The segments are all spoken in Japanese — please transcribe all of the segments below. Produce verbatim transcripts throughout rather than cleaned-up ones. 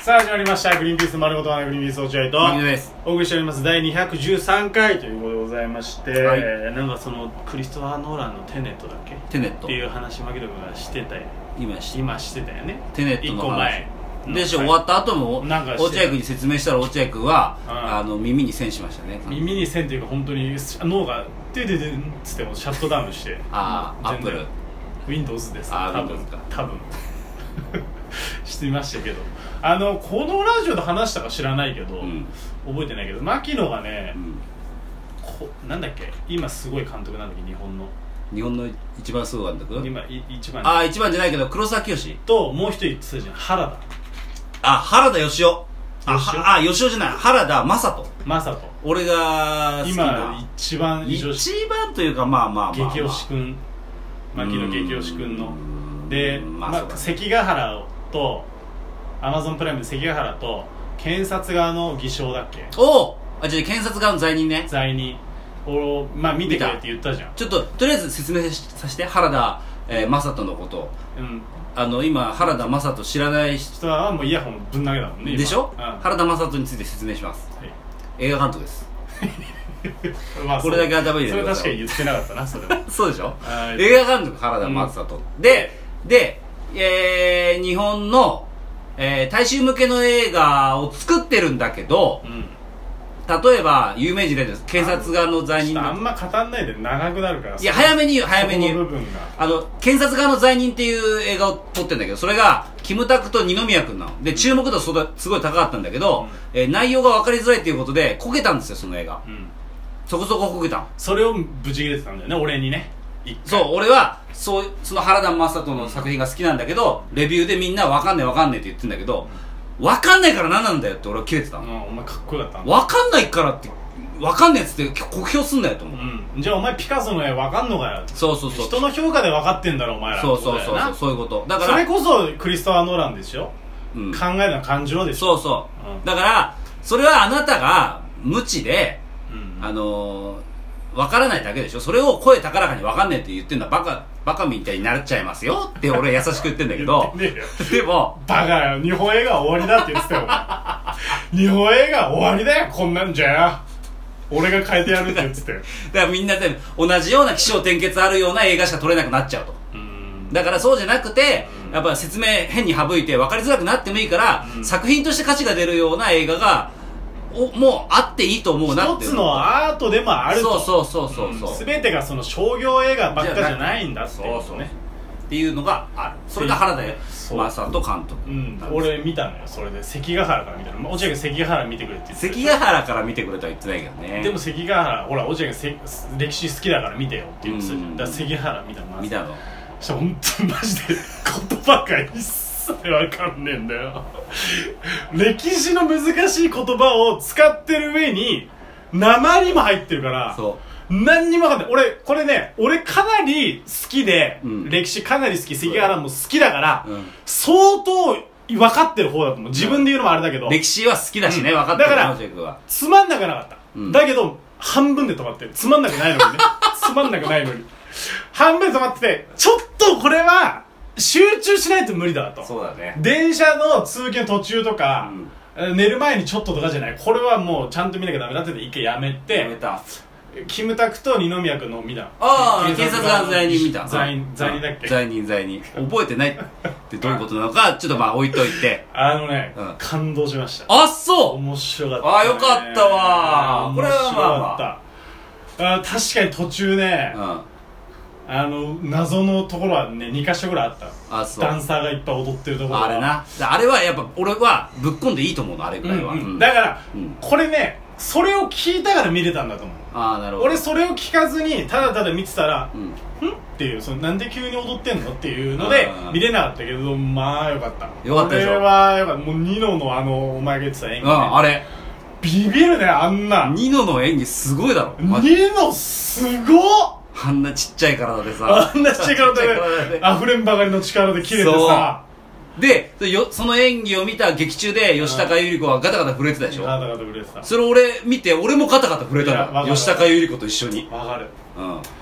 さあ始まりました。グリーンピース丸ごとはなグリーンピース落合とお送りしておりますだいにひゃくじゅうさんかいということでございまして、はい、なんかそのクリストファー・ノーランのテネットだっけテネットっていう話マキド君がしてたよ。 今し今してたよね。 テネットの話いっこまえでしょ。終わった後も落合君に説明したら落合君は、うん、あの耳に線しましたね。 耳に線っていうか本当に脳がデデデンっつってもシャットダウンしてああアップル Windows ですあ多分 Windows か多分してましたけど、あのこのラジオで話したか知らないけど、うん、覚えてないけど牧野がね、うん、こなんだっけ今すごい監督なんだっけ日本の日本の一番すごい監督今い一番ああ一番じゃないけど黒沢清ともう一人言ってたじゃん原田あ原田芳雄ああ芳雄じゃない原田正人正人俺が好きな今一番一番というかまあまあまあ、まあ、 激推しくん牧野激推しくんので、まあまあ、関ヶ原とアマゾンプライムで関ヶ原と検察側の偽証だっけおおあじゃあ検察側の罪人ね罪人をまあ見てくれって言ったじゃん。ちょっととりあえず説明させて原田、えー、正人のこと、うん、あの今原田正人知らない人はもうイヤホンぶん投げだもんねでしょ、 うん、 原田正人について説明します、はい、映画監督ですまあ、 これだけ頭入れてください。それ確かに言ってなかったなそれはそうでしょ映画監督原田正人、うん、でで、えー、日本の、えー、大衆向けの映画を作ってるんだけど、うん、例えば有名人で検察側の罪人あんま語んないで長くなるからいや早めに言う早めに言うあの検察側の罪人っていう映画を撮ってるんだけどそれがキムタクと二宮君なので注目度すごい高かったんだけど、うんえー、内容が分かりづらいっていうことでこけたんですよその映画、うん、そこそここけたそれをブチ切れてたんだよね俺にねそう俺はそうその原田正人の作品が好きなんだけどレビューでみんな分かんねえ分かんねえって言ってんだけど、うん、分かんないから何なんだよって俺は切れてたの、 うん、お前かっこよかった分かんないからって分かんねえっつって酷評すんなよと思う、 うん、じゃあお前ピカソの絵分かんのかよそうそうそう人の評価で分かってんだろお前らそうそうそうそうそういうことだからそれこそクリストファー・ノーランでしょ、うん、考えの感情でしょそうそう、うん、だからそれはあなたが無知で、うん、あのー分からないだけでしょそれを声高らかに分かんねえって言ってんだバカバカみたいになっちゃいますよって俺は優しく言ってんだけどでもバカよ日本映画終わりだって言ってたよ日本映画終わりだよこんなんじゃ俺が変えてやるって言ってたよだからみんなで同じような起承転結あるような映画しか撮れなくなっちゃうとうんだからそうじゃなくてやっぱ説明変に省いて分かりづらくなってもいいから作品として価値が出るような映画がおもうあっていいと思うなって一つのアートでもあるとそうそうそうそうそう、 うん、全てがその商業映画ばっかじゃないんだっていうそうそうねっていうのがあるそれが原田正人監督、 うん、俺見たのよそれで関ヶ原から見たの落合が関ヶ原見てくれって言って関ヶ原から見てくれとは言ってないけどねでも関ヶ原ほら落合が歴史好きだから見てよって言ってたじゃん、うん、だから関ヶ原見たの見たのそしたら本当にマジで言葉が一切わかんねえんだよ歴史の難しい言葉を使ってる上に訛りも入ってるからそう何にもわかんない俺これね俺かなり好きで、うん、歴史かなり好き関ヶ原も好きだから、うん、相当分かってる方だと思う自分で言うのもあれだけど歴史は好きだしね、うん、分かってるだからつまんなくなかった、うん、だけど半分で止まってるつまんなくないのにねつまんなくないのに半分で止まっててちょっとこれは集中しないと無理だとそうだね電車の通勤の途中とか、うん、寝る前にちょっととかじゃないこれはもうちゃんと見なきゃダメだって一回やめてやめたキムタクと二宮君の見たああ検察側の罪人見た罪人罪人だっけ罪人罪人覚えてないってどういうことなのかちょっとまあ置いといてあのね、うん、感動しましたあっそう面白かった、ね、 ああよかったわこれはまあ、 まあ、あ確かに途中ね、うんあの謎のところはねにかしょぐらいあったあそうダンサーがいっぱい踊ってるところあれなあれはやっぱ俺はぶっこんでいいと思うのあれぐらいは、うんうん、 だから、うん、これねそれを聞いたから見れたんだと思うあなるほど俺それを聞かずにただただ見てたらうん、んっていうそのなんで急に踊ってんのっていうので見れなかったけどまあよかったよかったでしょこれはよかったもうニノのあのお前が言ってた演技、ね、 ああれビビるねあんなニノの演技すごいだろニノすごっあんなちっちゃい体でさあんなちっちゃい体で溢れんばかりの力で切れてさでその演技を見た劇中で吉高由里子はガタガタ震えてたでしょガタガタ震えてたそれ俺見て俺もガタガタ震えたの吉高由里子と一緒にわかるうん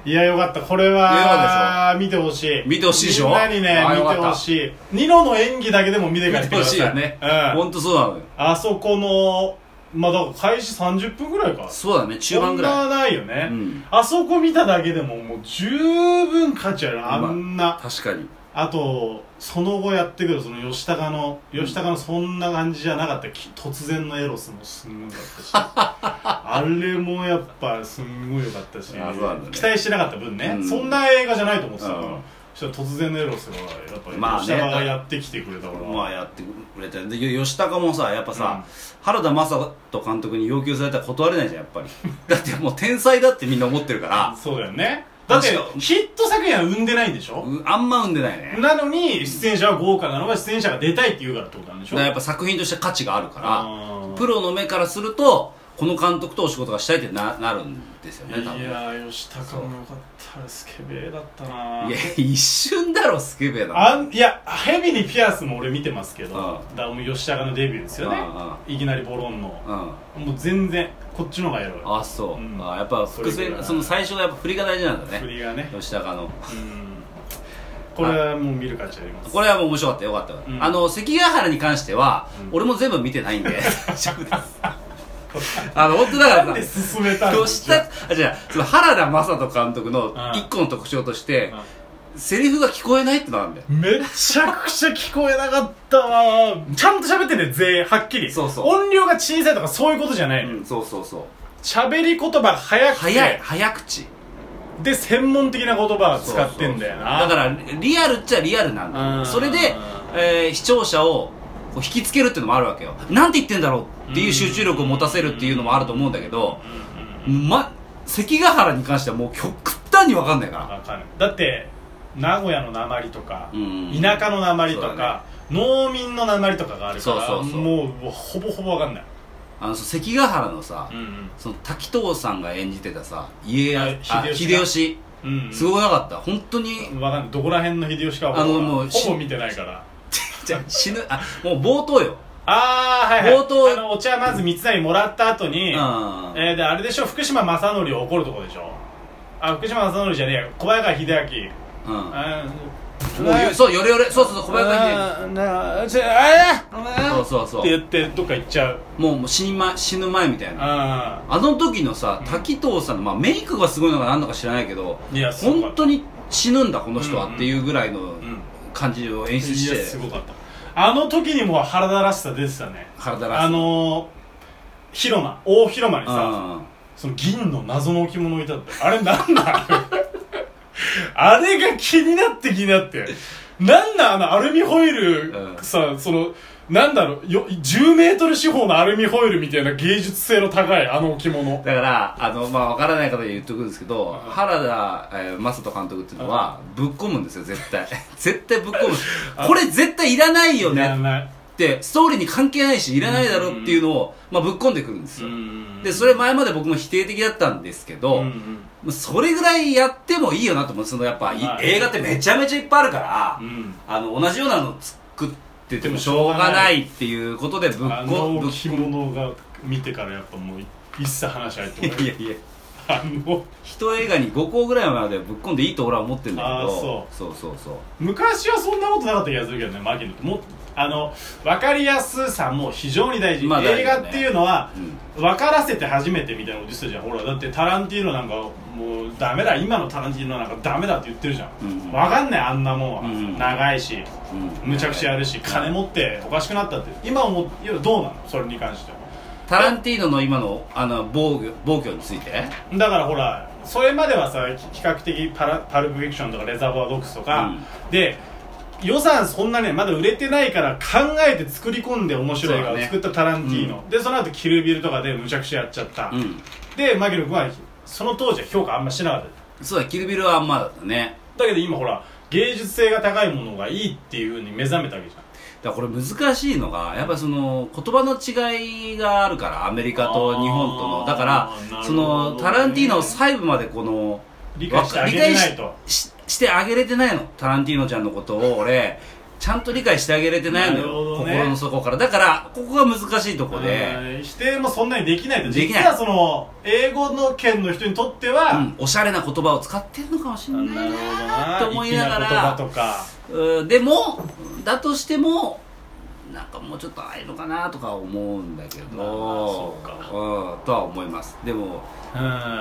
いやよかった、これは見てほしい、 見てほしいでしょ、 みんなにね見てほしい。ニノの演技だけでも見て帰ってください。 見てほしいよね、 うん、 本当そうなのよ。 あそこのまあだから開始さんじゅっぷんぐらいか、 そうだね、中盤ぐらい、 そんなないよね、 うん、 あそこ見ただけでももう十分価値ある、あんな、 まあ、確かに。 あとその後やってくるその吉高の吉高のそんな感じじゃなかった、突然のエロスもすんごかったしあれもやっぱすんごい良かったし、ね、期待してなかった分ね、うん、そんな映画じゃないと思ってたから、そしたら突然のエロスがやっぱり吉高がやってきてくれたから、 まあ、ね、まあやってくれたで吉高もさやっぱさ、うん、原田雅人監督に要求されたら断れないじゃんやっぱりだってもう天才だってみんな思ってるからそうだよね。だってヒット作品は生んでないんでしょ、 あんま生んでないね。 なのに出演者は豪華なのが出演者が出たいって言うからってことなんでしょ。 だからやっぱ作品として価値があるからプロの目からするとこの監督とお仕事がしたいって な, なるんですよね。 いやー吉高もよかった、スケベだったな。 いや一瞬だろスケベだあんいやヘビにピアスも俺見てますけど、だからもう吉高のデビューですよね、いきなりボロンの、うん、もう全然こっちの方がエロい。 あそう、うん、あやっぱ伏線その最初はやっぱ振りが大事なんだね、 振りがね吉高の、うん、 これはもう見る価値あります。 これはもう面白かったよかった、うん、あの関ヶ原に関しては、うん、俺も全部見てないんで大丈夫ですあの本当だからさ、 なんで進めたん吉高あじゃあその原田雅人監督の一個の特徴として、うん、セリフが聞こえないってのなんだよ。 めちゃくちゃ聞こえなかったわ。ちゃんと喋ってて全員はっきり。 そうそう。 音量が小さいとかそういうことじゃないの、 うん、そうそうそう。 喋り言葉が早くて早い早口で専門的な言葉を使ってんだよな。 そうそうそうだからリアルっちゃリアルなんだ。それで、えー、視聴者をこう引きつけるっていうのもあるわけよ。なんて言ってんだろうっていう集中力を持たせるっていうのもあると思うんだけど、ま関ヶ原に関してはもう極端に分かんないから。 分かんない。だって名古屋の訛りとか、うん、田舎の訛りとか、ね、農民の訛りとかがあるから、そうそうそうもうほぼほぼ分かんない。 あの関ヶ原のさ、うんうん、その滝藤さんが演じてたさ家康秀吉、うんうん、すごくなかった本当に。 分かんないどこら辺の秀吉かはほぼ見てないからじゃ死ぬあもう冒頭よ。 ああはいはい冒頭あのお茶まず三成もらった後に、うんえー、であれでしょ福島正則を怒るとこでしょ。あ福島正則じゃねえよ小早川秀明、うんあもうそうよれよれそうそうそう小早川秀明なあちあそうそうそうって言ってどっか行っちゃう。 もうもう死に、ま、死ぬ前みたいな あ, あの時のさ滝藤さんの、まあ、メイクがすごいのか何のか知らないけどいや本当に死ぬんだこの人はっていうぐらいの感じを演出して、 いやすごかった。あの時にも原田らしさ出てたね。 原田らしさあのー、広間大広間にさその銀の謎の置物置いてあってあれなんだあれが気になって気になってなんだあのアルミホイル、うん、さそのなんだろうよじゅうメートル四方のアルミホイルみたいな芸術性の高いあの置物だからあのまあ分からない方に言っとくんですけど原田、えー、雅人監督っていうのはぶっ込むんですよ絶対絶対ぶっ込むこれ絶対いらないよねってストーリーに関係ないしいらないだろっていうのを、まあ、ぶっ込んでくるんですよ。でそれ前まで僕も否定的だったんですけど、うんうん、それぐらいやってもいいよなと思う。そのやっぱ、まあ、映画ってめちゃめちゃいっぱいあるから、うん、あの同じようなの作っててもしょうがないっていうことでぶっ込む着物が見てからやっぱもう一切話し合いとかいやいやあの一映画にごこぐらいまでぶっ込んでいいと俺は思ってるんだけどそうそうそうそう昔はそんなことなかった気がするけどねマキノってもあの分かりやすさも非常に大事、まあ大事ね、映画っていうのは、うん、分からせて初めてみたいなこと言ってたじゃん。ほらだってタランティーノなんかもうダメだ今のタランティーノなんかダメだって言ってるじゃん、うん、分かんないあんなもんは、うん、長いし、うん、むちゃくちゃやるし、うん、金持っておかしくなったって今思いやどうなのそれに関しては。 タランティーノの今のあの暴挙、暴挙についてだからほらそれまではさ比較的パラパルプフィクションとかレザーボアドッグスとか、うん、で予算そんなねまだ売れてないから考えて作り込んで面白い映画を作ったタランティーノ、ねうん、でその後キルビルとかでむちゃくちゃやっちゃった、うん、でマキノ君はその当時は評価あんましなかった。 そうだキルビルはあんまだったね。 だけど今ほら芸術性が高いものがいいっていう風に目覚めたわけじゃん。 だからこれ難しいのがやっぱりその言葉の違いがあるからアメリカと日本とのだからそのタランティーノを細部までこの理解してあげれないとし, し, してあげれてないのタランティーノちゃんのことを俺ちゃんと理解してあげれてないのよ、ね、心の底から。だからここが難しいとこで、 否定もそんなにできないと。 できない。 実はその英語の圏の人にとっては、うん、 おしゃれな言葉を使ってるのかもしれないなと思いながら、 粋な言葉とか、 うん、でもだとしてもなんかもうちょっとああいうのかなとか思うんだけど、 そうか、 うん、とは思います。でも、 うん、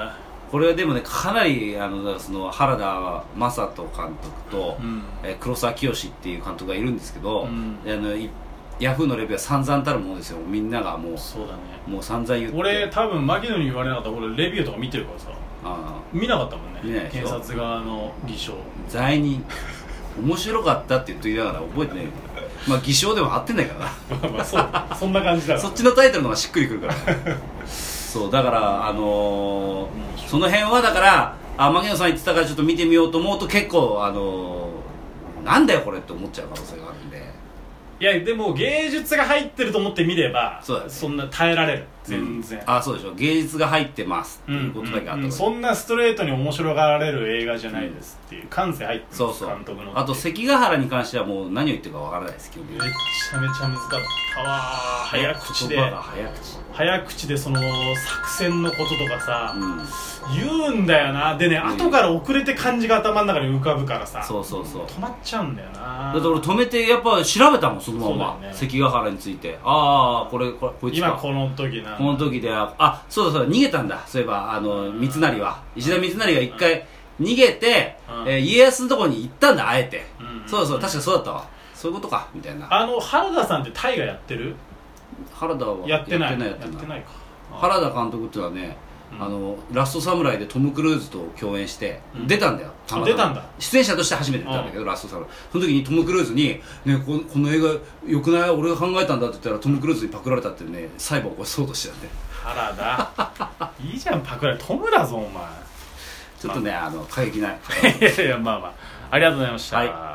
これはでもね、かなりあのその原田雅人監督と、うん、え黒沢清っていう監督がいるんですけど、うん、あのヤフーのレビューは散々たるものですよ。みんながもう、 そうだね、 もう散々言って。 俺多分牧野に言われなかったら、俺レビューとか見てるからさ、あ見なかったもんね。 見ないでしょ。 検察側の偽証罪人面白かったって言っときながら覚えてないよ。まあ偽証でも合ってないからなまあそうそんな感じだからそっちのタイトルの方がしっくりくるからそうだからあのー、その辺はだからあ牧野さん言ってたからちょっと見てみようと思うと結構あのー、なんだよこれって思っちゃう可能性があるんで。 いやでも芸術が入ってると思って見ればそ, うだ、ね、 そんな耐えられる全然、 うん、あそうでしょ、芸術が入ってますっていうことだけあった、うんうんうん、 そんなストレートに面白がられる映画じゃないですっていう感性入ってる、 そうそう、 監督の。 あと関ヶ原に関してはもう何を言ってるかわからないですけど、 めちゃめちゃ難かったわ。早口で言葉が早口早口でその作戦のこととかさ、うん、言うんだよな。でね、うん、後から遅れて漢字が頭の中に浮かぶからさ、 そうそうそう、 止まっちゃうんだよな。 だって俺止めてやっぱ調べたもんそのまま、ね、関ヶ原について。ああこれこれこいつか、 今この時な、 この時で、あそうだそうだ、逃げたんだ。そういえばあの三成は、石田三成が一回逃げて、うん、えー、家康のところに行ったんだ、あえて、うんうん、そうそう、確かそうだったわ。そういうことかみたいな。 あの原田さんって大河やってる？ 原田はやってない、 やってない、 やってないか。 原田監督ってのはね、うん、あのラストサムライでトム・クルーズと共演して、うん、出たんだよ。たまたま出たんだ。 出演者として初めて出たんだけど、うん、ラストサムライ。その時にトム・クルーズに、ね、こ, この映画よくない、俺が考えたんだって言ったらトム・クルーズにパクられたってね、裁判を起こそうとしてたんで。 原田いいじゃん、パクられトムだぞお前。 ちょっとね、まあ、あの過激な。 いやいや、まあまあ、ありがとうございました。 はい。